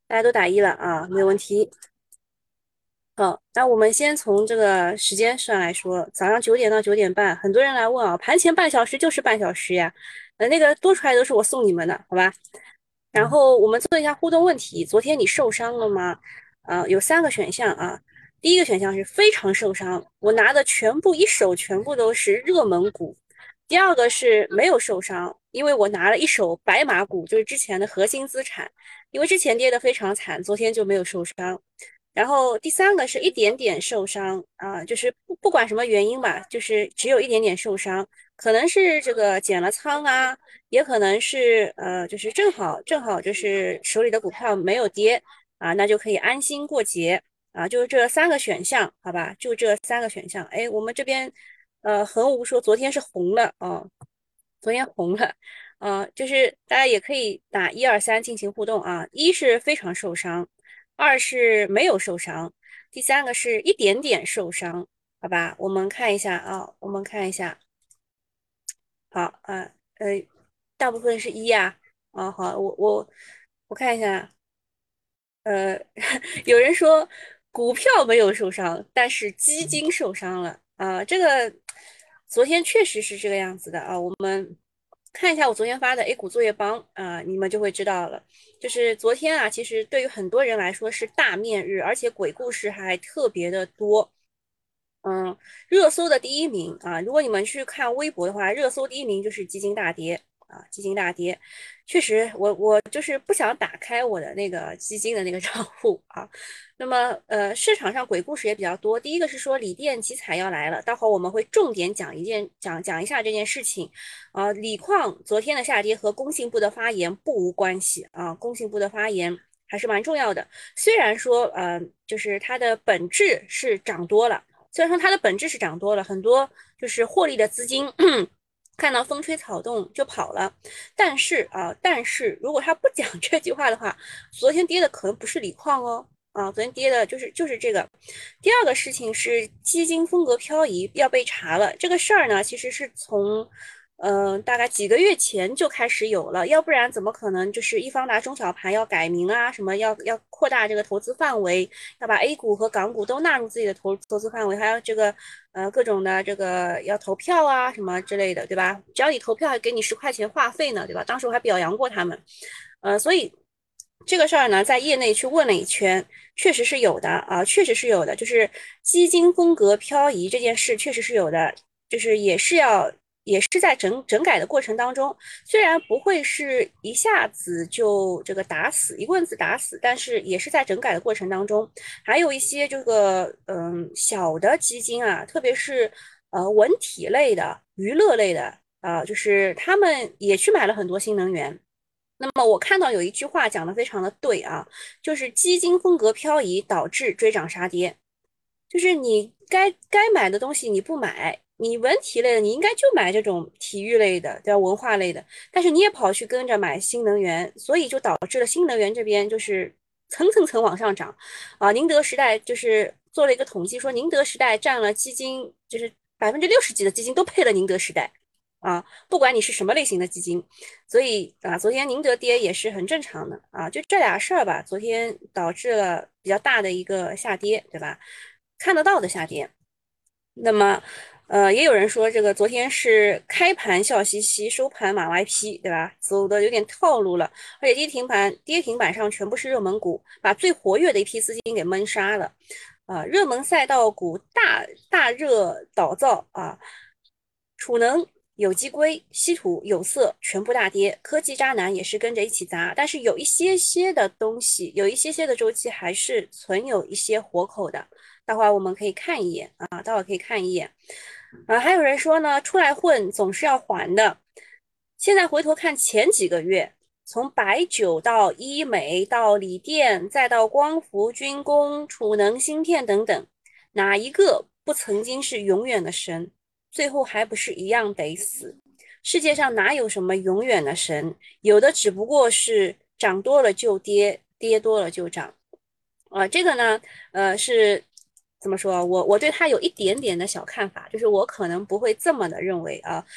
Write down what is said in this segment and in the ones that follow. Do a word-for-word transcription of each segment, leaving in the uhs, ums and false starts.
大家都打一了啊，没有问题。好，那我们先从这个时间上来说，早上九点到九点半，很多人来问啊，盘前半小时就是半小时呀，呃，那个多出来都是我送你们的，好吧？然后我们做一下互动问题，昨天你受伤了吗？啊、有三个选项啊，第一个选项是非常受伤，我拿的全部一手全部都是热门股。第二个是没有受伤，因为我拿了一手白马股，就是之前的核心资产，因为之前跌得非常惨，昨天就没有受伤。然后第三个是一点点受伤啊，就是不不管什么原因吧，就是只有一点点受伤，可能是这个减了仓啊，也可能是呃，就是正好正好就是手里的股票没有跌啊，那就可以安心过节啊，就是这三个选项，好吧？就这三个选项。哎，我们这边呃，恒无说昨天是红了啊，昨天红了。啊，就是大家也可以打一二三进行互动啊，一是非常受伤。二是没有受伤，第三个是一点点受伤，好吧？我们看一下啊，我们看一下，好啊，呃，大部分是一呀，啊，好，我我我看一下，呃，有人说股票没有受伤，但是基金受伤了啊，这个昨天确实是这个样子的啊，我们看一下我昨天发的 A 股作业帮啊，你们就会知道了。就是昨天啊，其实对于很多人来说是大面日，而且鬼故事还特别的多。嗯，热搜的第一名啊，如果你们去看微博的话，热搜第一名就是基金大跌啊，基金大跌。确实，我我就是不想打开我的那个基金的那个账户啊。那么，呃，市场上鬼故事也比较多。第一个是说锂电集采要来了，待会儿我们会重点讲一件讲讲一下这件事情。啊，锂矿昨天的下跌和工信部的发言不无关系啊，工信部的发言还是蛮重要的。虽然说，呃，就是它的本质是涨多了。虽然说它的本质是涨多了，很多就是获利的资金看到风吹草动就跑了，但是啊，但是如果他不讲这句话的话，昨天跌的可能不是锂矿哦。啊，昨天跌的就是就是这个。第二个事情是基金风格漂移要被查了，这个事儿呢，其实是从嗯、呃大概几个月前就开始有了，要不然怎么可能就是易方达中小盘要改名啊，什么要要扩大这个投资范围，要把 A 股和港股都纳入自己的投投资范围，还有这个呃各种的这个要投票啊什么之类的，对吧？只要你投票还给你十块钱话费呢，对吧？当时我还表扬过他们。呃，所以这个事儿呢，在业内去问了一圈，确实是有的啊，确实是有的，就是基金风格漂移这件事确实是有的，就是也是要也是在整整改的过程当中，虽然不会是一下子就这个打死一棍子打死，但是也是在整改的过程当中，还有一些这个嗯小的基金啊，特别是呃文体类的、娱乐类的啊，就是他们也去买了很多新能源。那么我看到有一句话讲的非常的对啊，就是基金风格漂移导致追涨杀跌，就是你该该买的东西你不买，你文体类的你应该就买这种体育类的，对吧？文化类的，但是你也跑去跟着买新能源，所以就导致了新能源这边就是层层层往上涨啊。宁德时代就是做了一个统计，说宁德时代占了基金就是百分之六十几的基金都配了宁德时代。啊，不管你是什么类型的基金，所以啊，昨天宁德跌也是很正常的啊，就这俩事儿吧，昨天导致了比较大的一个下跌，对吧？看得到的下跌。那么，呃，也有人说这个昨天是开盘笑嘻嘻，收盘马歪批，对吧？走的有点套路了，而且跌停板跌停板上全部是热门股，把最活跃的一批资金给闷杀了。啊，热门赛道股大大热倒灶啊，储能、有机硅、稀土、有色全部大跌，科技渣男也是跟着一起砸，但是有一些些的东西，有一些些的周期还是存有一些活口的。待会儿我们可以看一眼啊，待会儿可以看一眼。啊，还有人说呢，出来混总是要还的。现在回头看前几个月，从白酒到医美到锂电，再到光伏、军工、储能、芯片等等，哪一个不曾经是永远的神？最后还不是一样得死？世界上哪有什么永远的神？有的只不过是涨多了就跌，跌多了就涨。呃，这个呢，呃，是怎么说？我我对他有一点点的小看法，就是我可能不会这么的认为啊。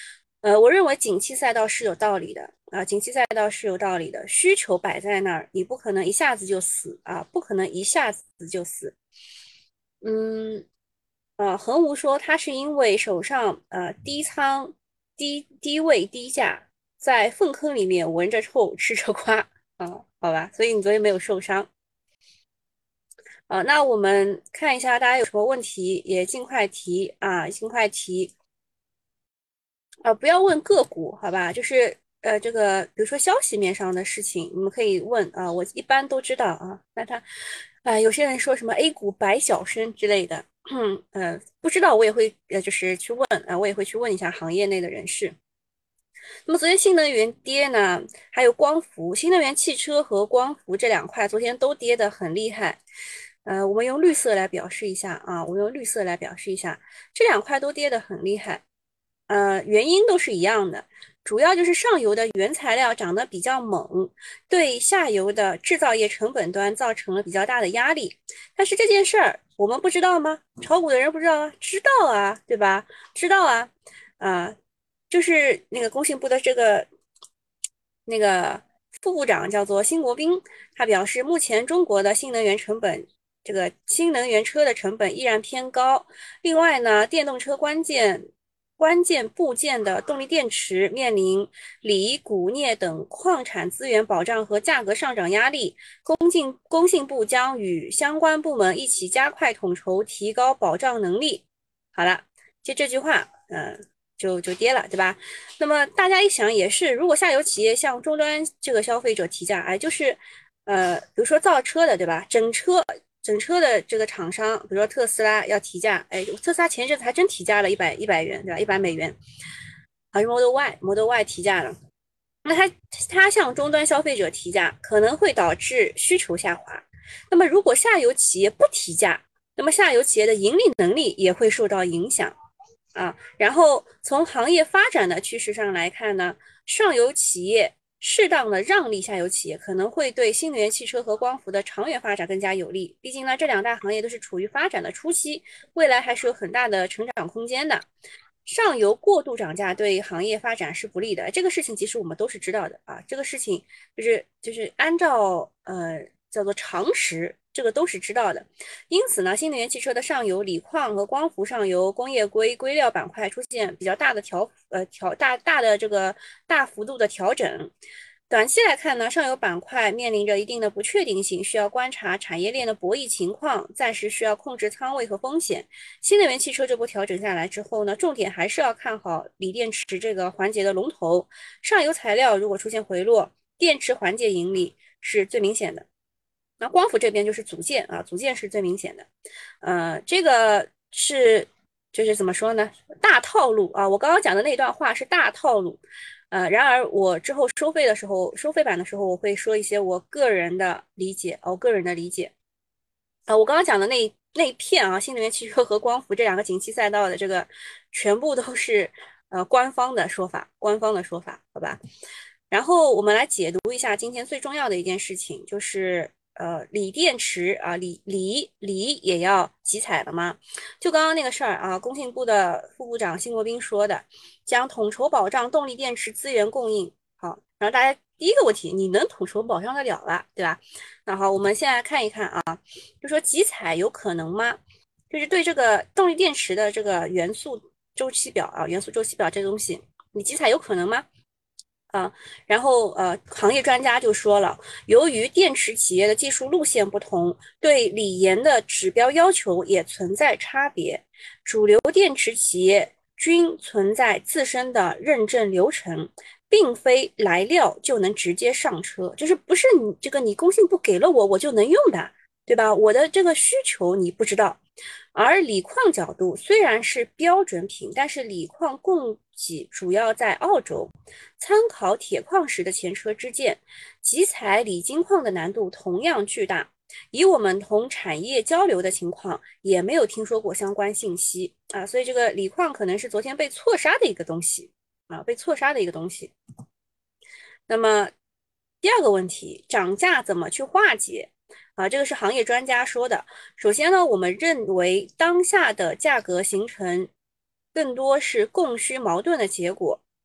呃，我认为景气赛道是有道理的啊，景气赛道是有道理的，需求摆在那儿，你不可能一下子就死啊，不可能一下子就死。嗯，呃，恒无说他是因为手上呃低仓、低低位、低价，在粪坑里面闻着臭，吃着瓜啊，好吧，所以你昨天没有受伤。啊，那我们看一下大家有什么问题，也尽快提啊，尽快提。啊，不要问个股，好吧？就是呃，这个比如说消息面上的事情，你们可以问啊，我一般都知道啊。那他，啊，有些人说什么 A 股百小生之类的，嗯呃，不知道我也会呃，就是去问啊，我也会去问一下行业内的人士。那么昨天新能源跌呢，还有光伏、新能源汽车和光伏这两块，昨天都跌得很厉害。呃，我们用绿色来表示一下啊，我们用绿色来表示一下，这两块都跌得很厉害。呃，原因都是一样的，主要就是上游的原材料涨得比较猛，对下游的制造业成本端造成了比较大的压力。但是这件事儿我们不知道吗？炒股的人不知道啊？知道啊，对吧？知道啊，啊、就是那个工信部的这个那个副部长叫做辛国斌，他表示，目前中国的新能源成本，这个新能源车的成本依然偏高。另外呢，电动车关键关键部件的动力电池面临锂、钴、镍等矿产资源保障和价格上涨压力。工信工信部将与相关部门一起加快统筹，提高保障能力。好了，就这句话，嗯、呃就就跌了，对吧？那么大家一想也是，如果下游企业向终端这个消费者提价，哎，就是呃，比如说造车的，对吧？整车整车的这个厂商，比如说特斯拉要提价，哎，特斯拉前一阵子还真提价了一百一百元，对吧？一百美元，还是 Model Y Model Y 提价了。那它它向终端消费者提价，可能会导致需求下滑。那么如果下游企业不提价，那么下游企业的盈利能力也会受到影响。啊，然后从行业发展的趋势上来看呢，上游企业适当的让利下游企业，可能会对新能源汽车和光伏的长远发展更加有利。毕竟呢，这两大行业都是处于发展的初期，未来还是有很大的成长空间的。上游过度涨价对行业发展是不利的，这个事情其实我们都是知道的啊。这个事情就是就是按照呃叫做常识，这个都是知道的。因此呢，新能源汽车的上游锂矿和光伏上游工业硅硅料板块出现比较大的调呃调大大的这个大幅度的调整。短期来看呢，上游板块面临着一定的不确定性，需要观察产业链的博弈情况，暂时需要控制仓位和风险。新能源汽车这波调整下来之后呢，重点还是要看好锂电池这个环节的龙头。上游材料如果出现回落，电池环节盈利是最明显的。那光伏这边就是组件啊，组件是最明显的。呃，这个是就是怎么说呢？大套路啊！我刚刚讲的那段话是大套路。呃，然而我之后收费的时候，收费版的时候，我会说一些我个人的理解，我个人的理解。啊、呃我刚刚讲的那那一片啊，新能源汽车和光伏这两个景气赛道的这个，全部都是呃官方的说法，官方的说法，好吧？然后我们来解读一下今天最重要的一件事情，就是呃锂电池啊，锂锂锂也要集采了吗？就刚刚那个事儿啊，工信部的副部长辛国斌说的，将统筹保障动力电池资源供应。好，然后大家第一个问题，你能统筹保障得了吧？对吧？那好，我们现在看一看啊，就说集采有可能吗？就是对这个动力电池的这个元素周期表啊，元素周期表这个东西，你集采有可能吗？啊，然后呃，行业专家就说了，由于电池企业的技术路线不同，对锂盐的指标要求也存在差别，主流电池企业均存在自身的认证流程，并非来料就能直接上车，就是不是你这个你工信部给了我我就能用的，对吧？我的这个需求你不知道。而锂矿角度虽然是标准品，但是锂矿供给主要在澳洲。参考铁矿石的前车之鉴，集采锂金矿的难度同样巨大。以我们同产业交流的情况，也没有听说过相关信息啊，所以这个锂矿可能是昨天被错杀的一个东西啊，被错杀的一个东西。那么第二个问题，涨价怎么去化解？啊，这个是行业专家说的。首先呢，我们认为当下的价格形成更多是供需矛盾的结果。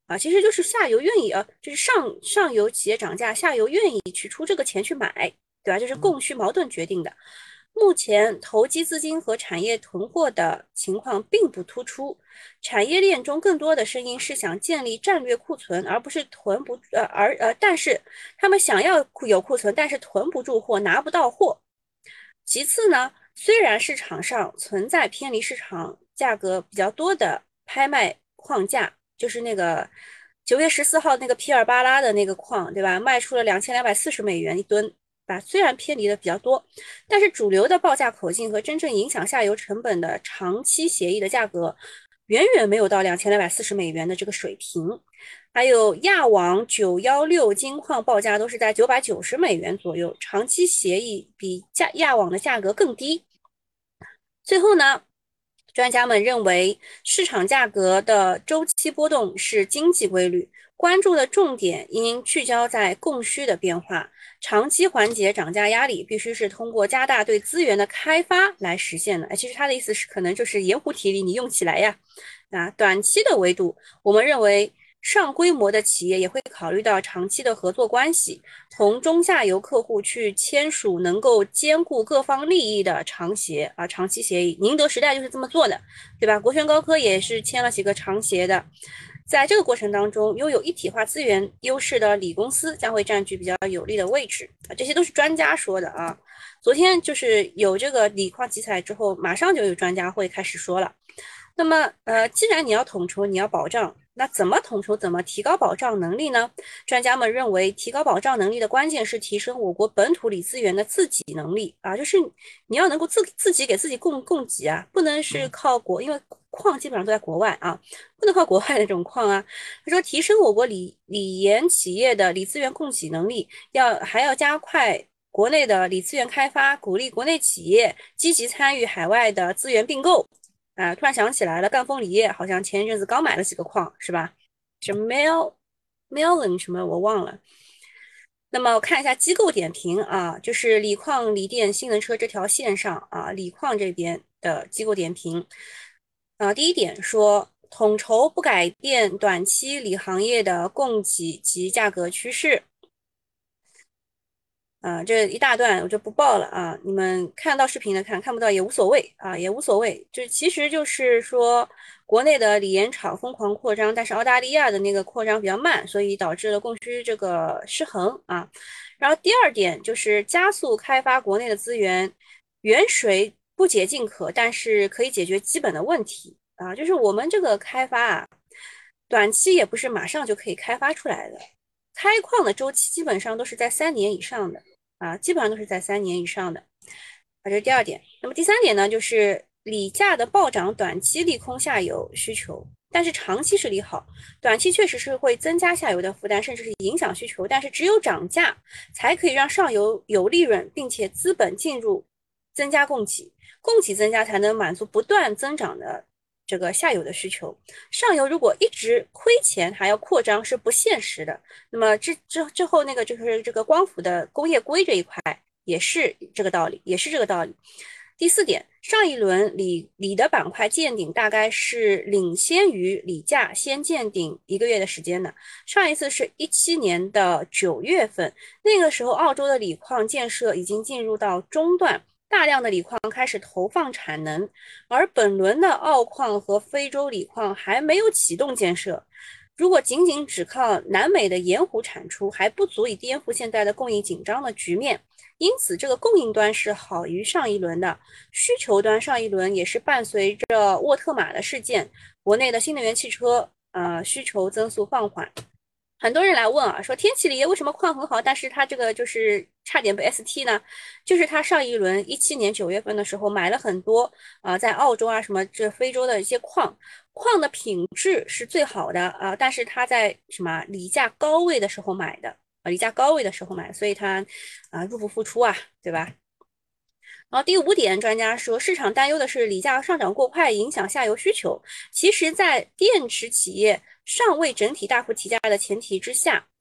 啊，其实就是下游愿意啊，就是上上游企业涨价，下游愿意去出这个钱去买，对吧？就是供需矛盾决定的。目前投机资金和产业囤货的情况并不突出，产业链中更多的声音是想建立战略库存，而不是囤不呃而呃，但是他们想要有库存，但是囤不住货，拿不到货。其次呢，虽然市场上存在偏离市场价格比较多的拍卖框架，就是那个九月十四号那个皮尔巴拉的那个矿，对吧？卖出了两千两百四十美元一吨。吧，虽然偏离的比较多，但是主流的报价口径和真正影响下游成本的长期协议的价格，远远没有到两千两百四十美元的这个水平。还有亚网九一六金矿报价都是在九百九十美元左右，长期协议比价亚网的价格更低。最后呢，专家们认为市场价格的周期波动是经济规律，关注的重点应聚焦在供需的变化。长期缓解涨价压力，必须是通过加大对资源的开发来实现的。其实他的意思是，可能就是盐湖体力你用起来呀。啊，短期的维度，我们认为上规模的企业也会考虑到长期的合作关系，同中下游客户去签署能够兼顾各方利益的长协啊，长期协议。宁德时代就是这么做的，对吧？国轩高科也是签了几个长协的。在这个过程当中，拥有一体化资源优势的锂公司将会占据比较有利的位置啊，这些都是专家说的啊。昨天就是有这个锂矿集采之后，马上就有专家会开始说了。那么，呃，既然你要统筹，你要保障，那怎么统筹，怎么提高保障能力呢？专家们认为，提高保障能力的关键是提升我国本土锂资源的自给能力啊，就是你要能够自自己给自己供供给啊，不能是靠国，因为矿基本上都在国外啊，不能靠国外的这种矿啊。他说，提升我国锂锂研企业的锂资源供给能力，要还要加快国内的锂资源开发，鼓励国内企业积极参与海外的资源并购。啊，突然想起来了，赣锋锂业好像前一阵子刚买了几个矿，是吧？是 Mel Melon 什么我忘了。那么我看一下机构点评啊，就是锂矿、锂电、新能车这条线上啊，锂矿这边的机构点评啊，第一点说，统筹不改变短期锂行业的供给及价格趋势。啊，这一大段我就不报了啊，你们看到视频的看，看不到也无所谓啊，也无所谓。就其实就是说，国内的锂盐厂疯狂扩张，但是澳大利亚的那个扩张比较慢，所以导致了供需这个失衡啊。然后第二点就是加速开发国内的资源，远水不解近渴，但是可以解决基本的问题啊。就是我们这个开发啊，短期也不是马上就可以开发出来的。开矿的周期基本上都是在三年以上的啊，基本上都是在三年以上的啊，这是第二点。那么第三点呢，就是锂价的暴涨，短期利空下游需求，但是长期是利好。短期确实是会增加下游的负担，甚至是影响需求，但是只有涨价才可以让上游有利润，并且资本进入，增加供给，供给增加才能满足不断增长的这个下游的需求。上游如果一直亏钱还要扩张是不现实的。那么之之之后那个就是这个光伏的工业硅这一块也是这个道理，也是这个道理。第四点，上一轮锂锂的板块见顶大概是领先于锂价先见顶一个月的时间的，上一次是一七年的九月份，那个时候澳洲的锂矿建设已经进入到中段，大量的锂矿开始投放产能，而本轮的澳矿和非洲锂矿还没有启动建设。如果仅仅只靠南美的盐湖产出，还不足以颠覆现在的供应紧张的局面。因此，这个供应端是好于上一轮的，需求端上一轮也是伴随着沃特玛的事件，国内的新能源汽车呃需求增速放缓。很多人来问啊，说天齐锂业为什么矿很好，但是它这个就是差点被 S T 呢？就是它上一轮一七年九月份的时候买了很多啊、呃，在澳洲啊什么这非洲的一些矿，矿的品质是最好的啊、呃，但是它在什么锂价高位的时候买的啊，锂价高位的时候买，所以它啊、呃、入不敷出啊，对吧？然后第五点，专家说，市场担忧的是锂价上涨过快，影响下游需求。其实，在电池企业尚未整体大幅提价的前提之下，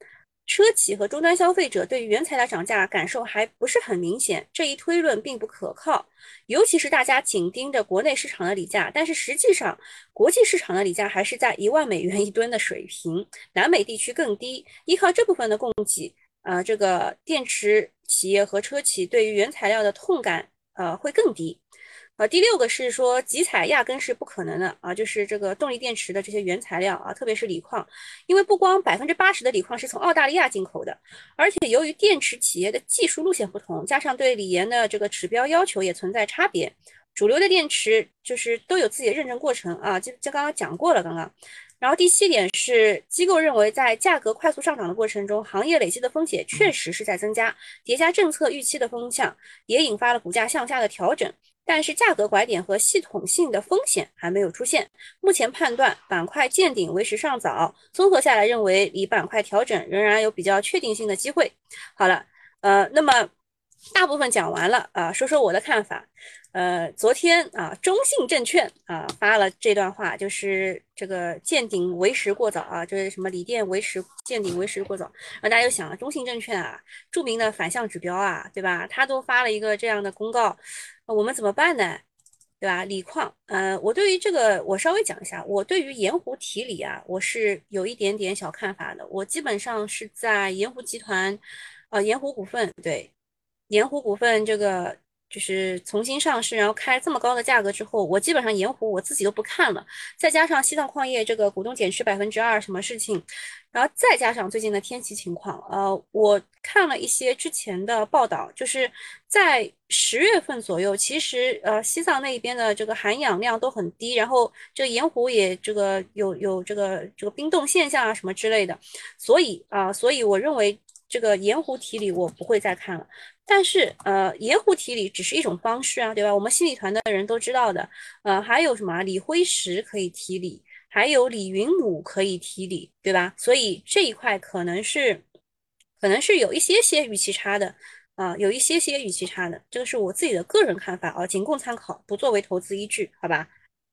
车企和终端消费者对于原材料涨价感受还不是很明显，这一推论并不可靠。尤其是大家紧盯着国内市场的锂价，但是实际上国际市场的锂价还是在一万美元一吨的水平，南美地区更低。依靠这部分的供给，呃，这个电池企业和车企对于原材料的痛感，呃，会更低。呃，第六个是说集采压根是不可能的啊，就是这个动力电池的这些原材料啊，特别是锂矿，因为不光百分之八十的锂矿是从澳大利亚进口的，而且由于电池企业的技术路线不同，加上对锂盐的这个指标要求也存在差别，主流的电池就是都有自己的认证过程啊，这这刚刚讲过了，刚刚。然后第七点是，机构认为在价格快速上涨的过程中，行业累积的风险确实是在增加，叠加政策预期的风向，也引发了股价向下的调整。但是价格拐点和系统性的风险还没有出现。目前判断板块见顶为时尚早，综合下来认为离板块调整仍然有比较确定性的机会。好了，呃，那么大部分讲完了啊、呃，说说我的看法。呃，昨天啊，中信证券啊发了这段话，就是这个见顶为时过早啊，就是什么锂电为时见顶为时过早。然后大家就想了，中信证券啊，著名的反向指标啊，对吧？他都发了一个这样的公告，我们怎么办呢？对吧？锂矿，呃，我对于这个我稍微讲一下，我对于盐湖提锂啊，我是有一点点小看法的。我基本上是在盐湖集团，呃，盐湖股份，对，盐湖股份这个就是重新上市，然后开这么高的价格之后，我基本上盐湖我自己都不看了。再加上西藏矿业这个股东减持百分之二什么事情，然后再加上最近的天气情况，呃，我看了一些之前的报道，就是在十月份左右，其实呃西藏那边的这个含氧量都很低，然后这个盐湖也这个有有这个这个冰冻现象啊什么之类的，所以啊、呃，所以我认为这个盐湖提锂我不会再看了。但是呃，盐湖提锂只是一种方式啊，对吧？我们新锂团的人都知道的，呃，还有什么锂辉石可以提锂。还有锂云母可以提锂，对吧？所以这一块可能是可能是有一些些预期差的啊、呃有一些些预期差的，这个是我自己的个人看法啊，仅供参考，不作为投资依据，好吧？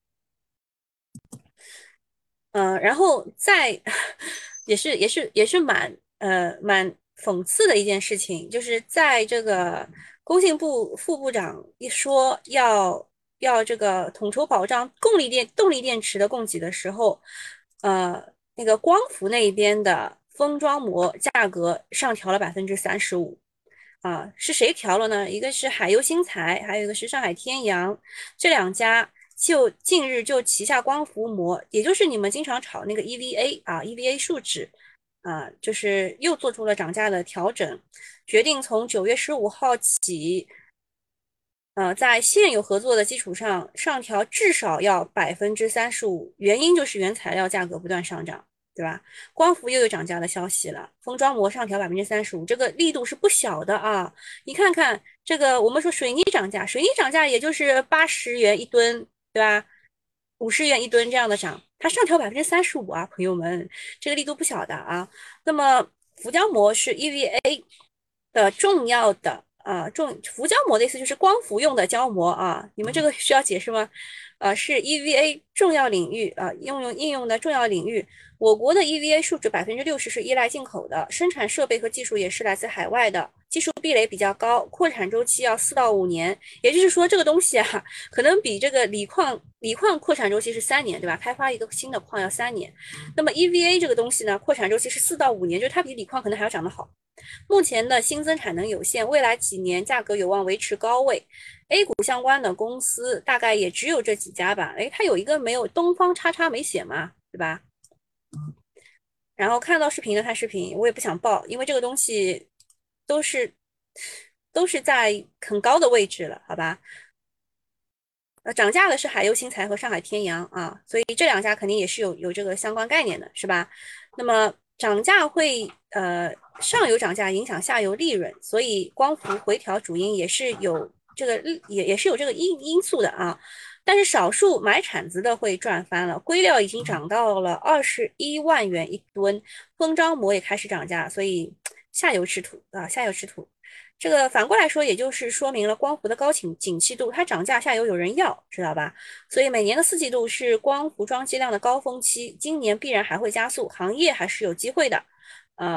嗯、呃，然后再也是也是也是蛮呃蛮讽刺的一件事情，就是在这个工信部副部长一说要要这个统筹保障供力电动力电池的供给的时候，呃，那个光伏那一边的封装膜价格上调了百分之三十五。啊，是谁调了呢？一个是海优新材，还有一个是上海天阳，这两家就近日就旗下光伏膜，也就是你们经常炒那个 E V A 啊，E V A 树脂啊，就是又做出了涨价的调整，决定从九月十五号起，呃，在现有合作的基础上上调至少要百分之三十五，原因就是原材料价格不断上涨。对吧？光伏又有涨价的消息了，封装膜上调百分之三十五，这个力度是不小的啊！你看看这个，我们说水泥涨价，水泥涨价也就是八十元一吨，对吧？五十元一吨这样的涨，它上调百分之三十五啊，朋友们，这个力度不小的啊。那么浮胶膜是 E V A 的重要的啊，重浮胶膜的意思就是光伏用的胶膜啊，你们这个需要解释吗？呃，是 E V A 重要领域啊，应用应用的重要领域。我国的 E V A 树脂百分之六十是依赖进口的，生产设备和技术也是来自海外的，技术壁垒比较高，扩产周期要四到五年。也就是说，这个东西啊，可能比这个锂矿锂矿扩产周期是三年，对吧？开发一个新的矿要三年。那么 E V A 这个东西呢，扩产周期是四到五年，就是它比锂矿可能还要长得好。目前的新增产能有限，未来几年价格有望维持高位。A 股相关的公司大概也只有这几家吧。诶，它有一个没有东方叉叉没写嘛，对吧？然后看到视频的看视频，我也不想报，因为这个东西都是都是在很高的位置了，好吧？呃，涨价的是海优新材和上海天阳啊，所以这两家肯定也是有有这个相关概念的，是吧？那么涨价会呃上游涨价影响下游利润，所以光伏回调主因也是有这个也也是有这个因因素的啊。但是少数买铲子的会赚翻了，硅料已经涨到了二十一万元一吨，封装膜也开始涨价，所以下游吃土啊，下游吃土。这个反过来说，也就是说明了光伏的高景景气度，它涨价下游有人要，知道吧？所以每年的四季度是光伏装机量的高峰期，今年必然还会加速，行业还是有机会的。呃，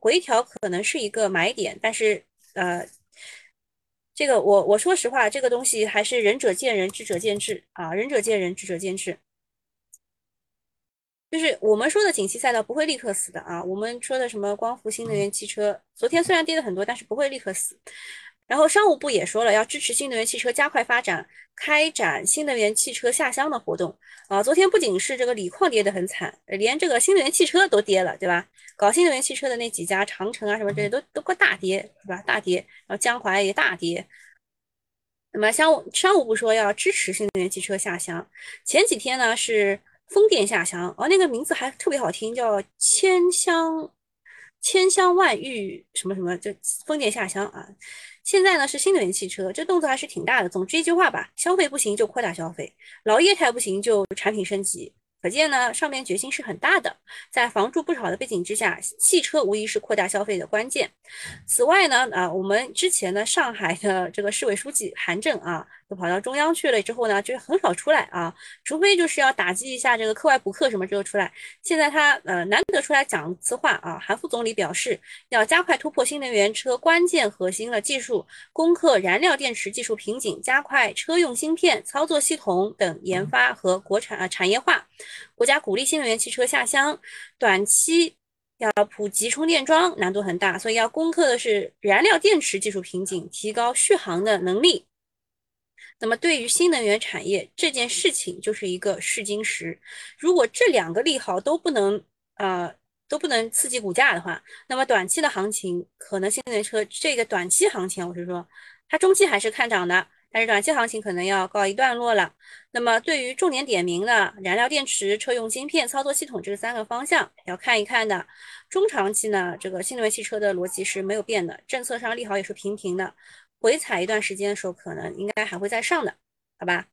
回调可能是一个买点，但是呃，这个我我说实话，这个东西还是仁者见仁，智者见智啊，仁者见仁，智者见智。就是我们说的景气赛道不会立刻死的啊，我们说的什么光伏、新能源汽车，昨天虽然跌了很多，但是不会立刻死。然后商务部也说了，要支持新能源汽车加快发展，开展新能源汽车下乡的活动啊。昨天不仅是这个锂矿跌得很惨，连这个新能源汽车都跌了，对吧？搞新能源汽车的那几家长城啊什么这些都都个大跌，对吧？大跌，然后江淮也大跌。那么商务商务部说要支持新能源汽车下乡，前几天呢是风电下乡，哦，那个名字还特别好听，叫千香千香万玉什么什么，就风电下乡啊。现在呢是新能源汽车，这动作还是挺大的。总之一句话吧，消费不行就扩大消费，老业态不行就产品升级。可见呢，上面决心是很大的。在房住不炒的背景之下，汽车无疑是扩大消费的关键。此外呢，啊，我们之前呢，上海的这个市委书记韩正啊，就跑到中央去了之后呢，就很少出来啊，除非就是要打击一下这个课外补课什么之后出来。现在他呃难得出来讲一次话啊，韩副总理表示要加快突破新能源车关键核心的技术，攻克燃料电池技术瓶颈，加快车用芯片、操作系统等研发和国产啊产业化。国家鼓励新能源汽车下乡，短期要普及充电桩难度很大，所以要攻克的是燃料电池技术瓶颈，提高续航的能力。那么对于新能源产业这件事情就是一个试金石，如果这两个利好都不能呃都不能刺激股价的话，那么短期的行情可能新能源车这个短期行情，我是说它中期还是看涨的，但是短期行情可能要告一段落了。那么对于重点点名的燃料电池、车用芯片、操作系统这三个方向要看一看的。中长期呢，这个新能源汽车的逻辑是没有变的，政策上利好也是平平的。回踩一段时间的时候，可能应该还会再上的，好吧？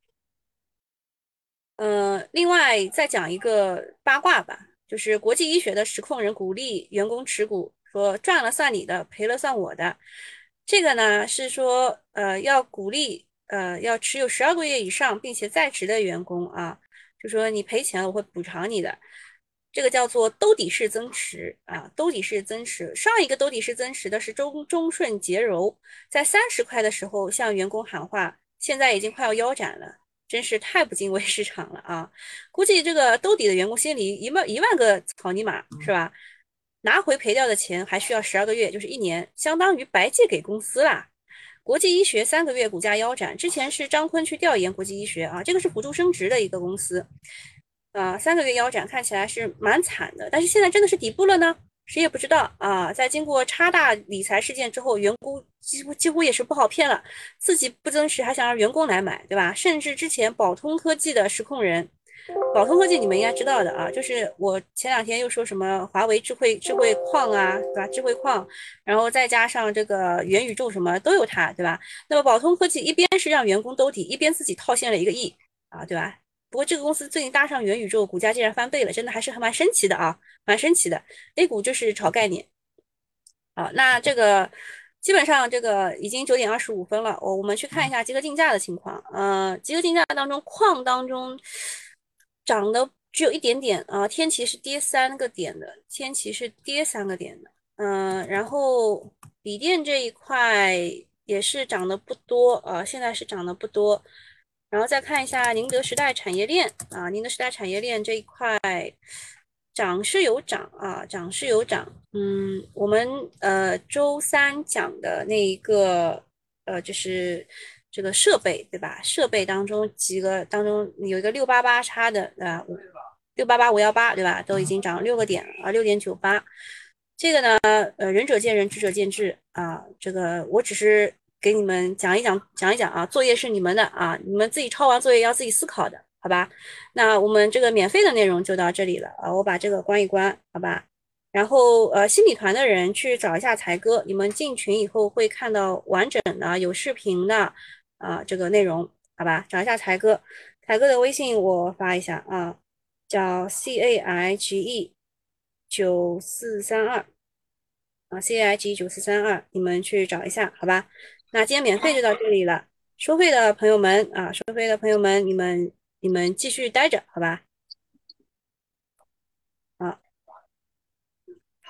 呃，另外再讲一个八卦吧，就是国际医学的实控人鼓励员工持股，说赚了算你的，赔了算我的。这个呢是说，呃，要鼓励呃要持有十二个月以上并且在职的员工啊，就说你赔钱了我会补偿你的。这个叫做兜底式增持啊，兜底式增持。上一个兜底式增持的是中中顺洁柔，在三十块的时候向员工喊话，现在已经快要腰斩了。真是太不敬畏市场了啊！估计这个兜底的员工心里一万一万个草泥马是吧？拿回赔掉的钱还需要十二个月，就是一年，相当于白借给公司啦。国际医学三个月股价腰斩，之前是张坤去调研国际医学啊，这个是辅助生殖的一个公司，啊，三个月腰斩看起来是蛮惨的，但是现在真的是底部了呢？谁也不知道啊。在经过差大理财事件之后，员工几乎几乎也是不好骗了，自己不增持还想让员工来买，对吧？甚至之前宝通科技的实控人，宝通科技你们应该知道的啊，就是我前两天又说什么华为智慧智慧矿啊，对吧？智慧矿，然后再加上这个元宇宙什么都有它，对吧？那么宝通科技一边是让员工兜底，一边自己套现了一个亿啊，对吧？不过这个公司最近搭上元宇宙，股价竟然翻倍了，真的还是还蛮神奇的啊，蛮神奇的。A 股就是炒概念啊。那这个基本上这个已经九点二十五分了，我我们去看一下集合竞价的情况。呃，集合竞价当中，矿当中涨的只有一点点啊，天齐是跌三个点的，天齐是跌三个点的。嗯、呃，然后锂电这一块也是涨得不多啊，现在是涨得不多。然后再看一下宁德时代产业链啊，宁德时代产业链这一块涨是有涨啊，涨是有涨。嗯，我们呃周三讲的那一个呃就是这个设备对吧？设备当中几个当中有一个六八八叉的啊，六八八五幺八对吧？都已经涨六个点啊，六点九八。这个呢，呃，仁者见仁，智者见智啊。这个我只是给你们讲一讲，讲一讲啊。作业是你们的啊，你们自己抄完作业要自己思考的，好吧？那我们这个免费的内容就到这里了啊，我把这个关一关，好吧？然后呃，新米团的人去找一下才哥，你们进群以后会看到完整的有视频的啊这个内容，好吧？找一下才哥，才哥的微信我发一下啊，叫 C A I G E 九四三二。啊，C I G 九四三二，你们去找一下，好吧？那今天免费就到这里了，收费的朋友们啊，收费的朋友们，你们你们继续待着，好吧？啊，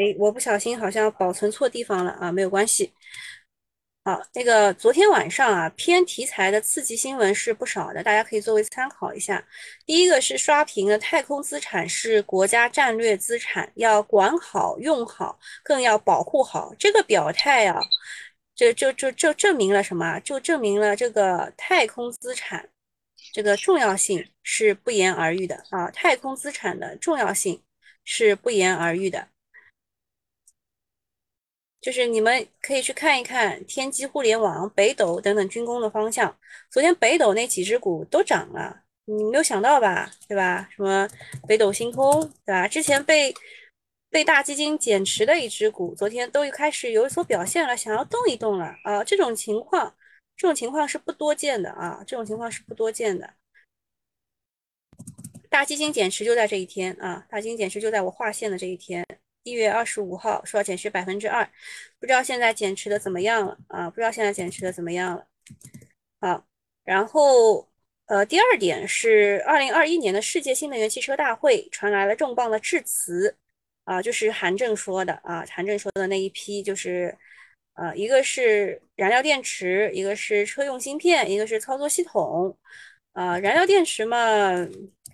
哎，我不小心好像保存错地方了啊，没有关系。好，那个昨天晚上啊，偏题材的刺激新闻是不少的，大家可以作为参考一下。第一个是刷屏的太空资产是国家战略资产，要管好用好，更要保护好。这个表态啊，这就就就证明了什么？就证明了这个太空资产这个重要性是不言而喻的啊，太空资产的重要性是不言而喻的。就是你们可以去看一看天基互联网、北斗等等军工的方向。昨天北斗那几只股都涨了，你没有想到吧？对吧？什么北斗星空，对吧？之前被被大基金减持的一只股，昨天都开始有所表现了，想要动一动了啊！这种情况，这种情况是不多见的啊！这种情况是不多见的。大基金减持就在这一天啊，大基金减持就在我划线的这一天，一月二十五号说要减持百分之二，不知道现在减持的怎么样了啊？不知道现在减持的怎么样了？好，然后呃，第二点是二零二一年的世界新能源汽车大会传来了重磅的致辞啊，就是韩正说的啊，韩正说的那一批就是呃，一个是燃料电池，一个是车用芯片，一个是操作系统啊，燃料电池嘛。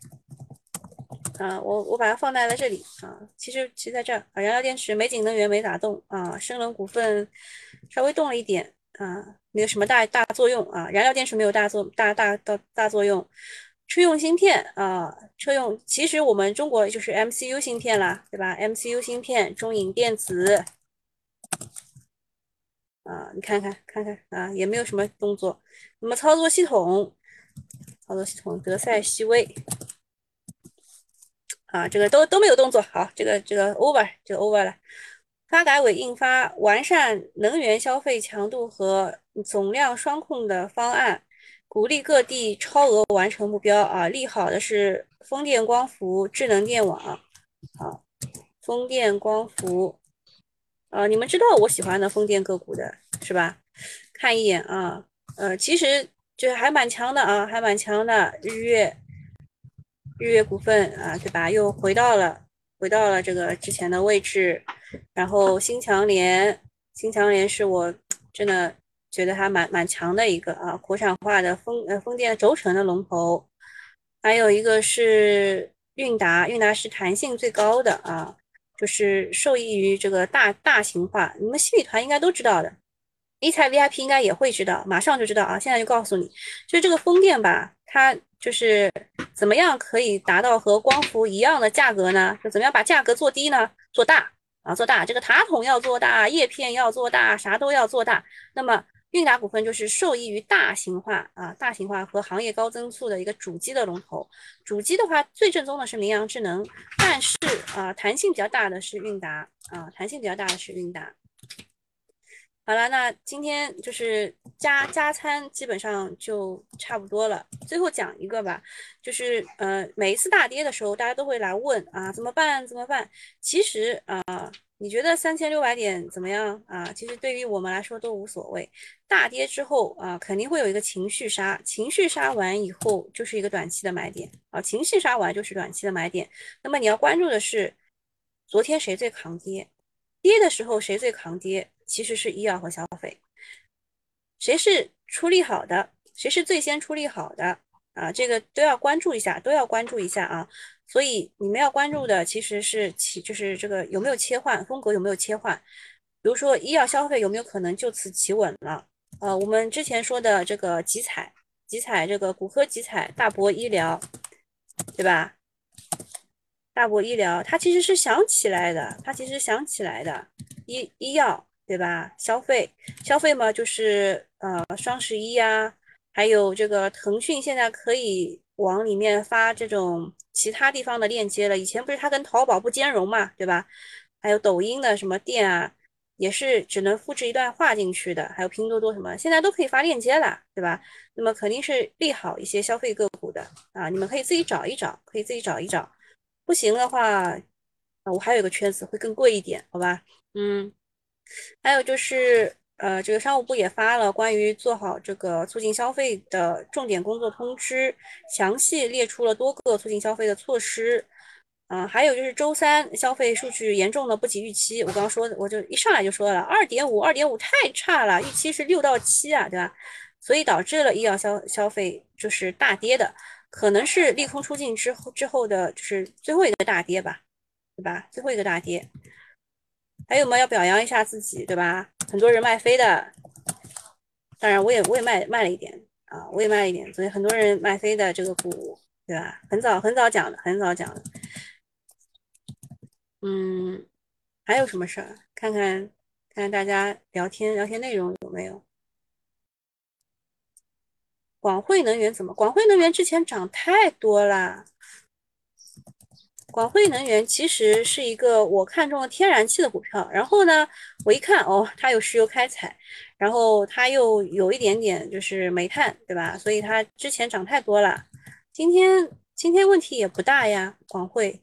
啊，我我把它放在了这里啊，其实其实在这儿啊，燃料电池美景能源没咋动啊，深能股份稍微动了一点啊，没有什么大大作用啊，燃料电池没有大作大大大大作用，车用芯片啊，车用其实我们中国就是 M C U 芯片啦，对吧？M C U 芯片，中影电子啊，你看看看看啊，也没有什么动作，那么操作系统，操作系统德赛西威。啊，这个都都没有动作，好，这个这个 over 这个 over 了。发改委印发完善能源消费强度和总量双控的方案，鼓励各地超额完成目标啊。利好的是风电、光伏、智能电网。好，风电、光伏，啊，你们知道我喜欢的风电个股的是吧？看一眼啊，呃，其实就还蛮强的啊，还蛮强的。日月日月股份啊，对吧？又回到了回到了这个之前的位置。然后新强联，新强联是我真的觉得还蛮蛮强的一个啊，国产化的风呃风电轴承的龙头。还有一个是韵达，韵达是弹性最高的啊，就是受益于这个大大型化，你们新米团应该都知道的。理财 V I P 应该也会知道，马上就知道啊！现在就告诉你，就这个风电吧，它就是怎么样可以达到和光伏一样的价格呢？就怎么样把价格做低呢？做大啊，做大，这个塔筒要做大，叶片要做大，啥都要做大。那么韵达股份就是受益于大型化啊，大型化和行业高增速的一个主机的龙头。主机的话，最正宗的是明阳智能，但是啊，弹性比较大的是韵达啊，弹性比较大的是韵达。好了，那今天就是加加餐，基本上就差不多了。最后讲一个吧，就是呃，每一次大跌的时候，大家都会来问啊，怎么办？怎么办？其实啊，你觉得三千六百点怎么样啊？其实对于我们来说都无所谓。大跌之后啊，肯定会有一个情绪杀，情绪杀完以后就是一个短期的买点啊，情绪杀完就是短期的买点。那么你要关注的是，昨天谁最抗跌？跌的时候谁最抗跌？其实是医药和消费。谁是出力好的？谁是最先出力好的？啊，这个都要关注一下，都要关注一下啊。所以你们要关注的其实是其就是这个有没有切换风格，有没有切换。比如说医药消费有没有可能就此企稳了？呃，我们之前说的这个集采，集采这个骨科集采、大博医疗，对吧？大博医疗，它其实是想起来的，它其实想起来的，医医药对吧？消费消费嘛，就是呃双十一呀，还有这个腾讯现在可以往里面发这种其他地方的链接了，以前不是它跟淘宝不兼容嘛，对吧？还有抖音的什么店啊，也是只能复制一段话进去的，还有拼多多什么，现在都可以发链接了，对吧？那么肯定是利好一些消费个股的啊，你们可以自己找一找，可以自己找一找。不行的话，啊，我还有一个圈子会更贵一点，好吧？嗯，还有就是，呃，这个商务部也发了关于做好这个促进消费的重点工作通知，详细列出了多个促进消费的措施。 啊，还有就是周三消费数据严重的不及预期，我刚刚说的，我就一上来就说了，二点五，二点五太差了，预期是六到七啊，对吧？所以导致了医药消消费就是大跌的，可能是利空出尽之后之后的，就是最后一个大跌吧，对吧？最后一个大跌，还有吗？要表扬一下自己，对吧？很多人卖飞的，当然我也我也卖卖了一点啊，我也卖了一点，所以很多人卖飞的这个股，对吧？很早很早讲的，很早讲的，嗯。还有什么事儿？看看看看大家聊天聊天内容有没有？广汇能源怎么？广汇能源之前涨太多啦。广汇能源其实是一个我看中了天然气的股票，然后呢，我一看哦，它有石油开采，然后它又有一点点就是煤炭，对吧？所以它之前涨太多了。今天今天问题也不大呀，广汇。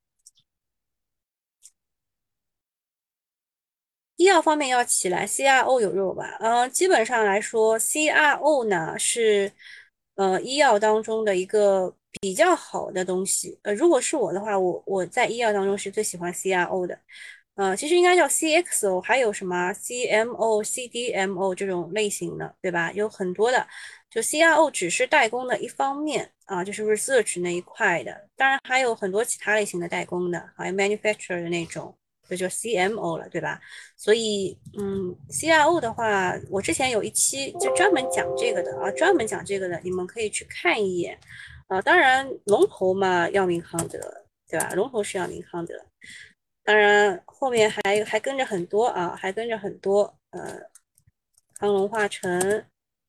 医药方面要起来，C R O 有肉吧？嗯，基本上来说，C R O 呢是呃医药当中的一个比较好的东西。呃，如果是我的话，我我在医药当中是最喜欢 C R O 的。呃，其实应该叫 C X O，还有什么 C M O、C D M O 这种类型的，对吧？有很多的。就 C R O 只是代工的一方面啊，就是 research 那一块的，当然还有很多其他类型的代工的，还有 manufacturer 的那种，这就 C M O 了，对吧？所以，嗯，C R O 的话，我之前有一期就专门讲这个的啊，专门讲这个的，你们可以去看一眼。啊，当然龙头嘛，药明康德，对吧？龙头是药明康德，当然后面还还跟着很多啊，还跟着很多，呃，康龙化成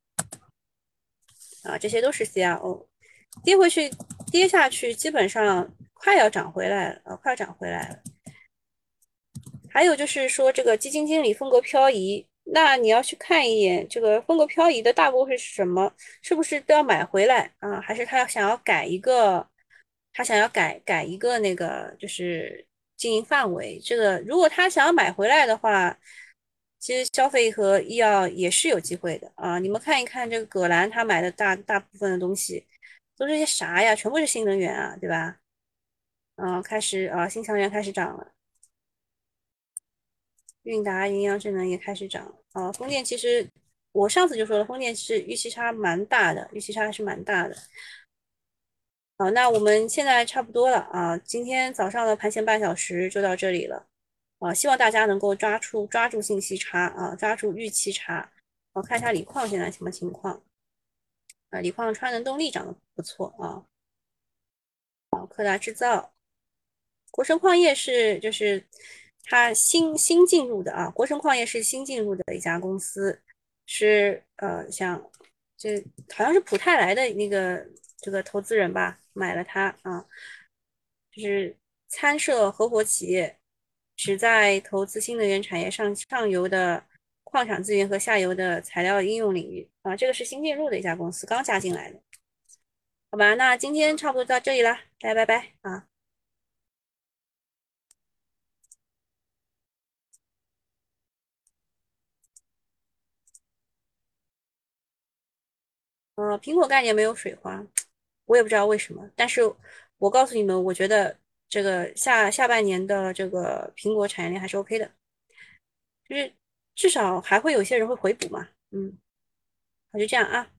啊，这些都是 C R O。跌回去，跌下去，基本上快要涨回来了啊，快要涨回来了。还有就是说，这个基金经理风格漂移，那你要去看一眼这个风格漂移的大部分是什么？是不是都要买回来啊？还是他要想要改一个，他想要改改一个那个就是经营范围？这个如果他想要买回来的话，其实消费和医药也是有机会的啊。你们看一看这个葛兰他买的大大部分的东西都是些啥呀？全部是新能源啊，对吧？嗯，开始啊，新能源开始涨了。韵达、云阳智能也开始涨啊。风电其实我上次就说了，风电是预期差蛮大的，预期差还是蛮大的。好，那我们现在差不多了啊，今天早上的盘前半小时就到这里了啊，希望大家能够抓住抓住信息差啊，抓住预期差。我看一下锂矿现在什么情况啊？锂矿川能动力涨得不错啊，啊，科达制造。国盛矿业是就是它新新进入的啊，国盛矿业是新进入的一家公司，是呃像这好像是普泰来的那个这个投资人吧买了它啊，就是参涉合伙企业，旨在投资新能源产业上上游的矿产资源和下游的材料应用领域啊，这个是新进入的一家公司，刚加进来的，好吧？那今天差不多到这里了，大家拜拜啊。呃，苹果概念没有水花，我也不知道为什么。但是我告诉你们，我觉得这个下下半年的这个苹果产业链还是 OK 的，就是至少还会有些人会回补嘛。嗯，那就这样啊。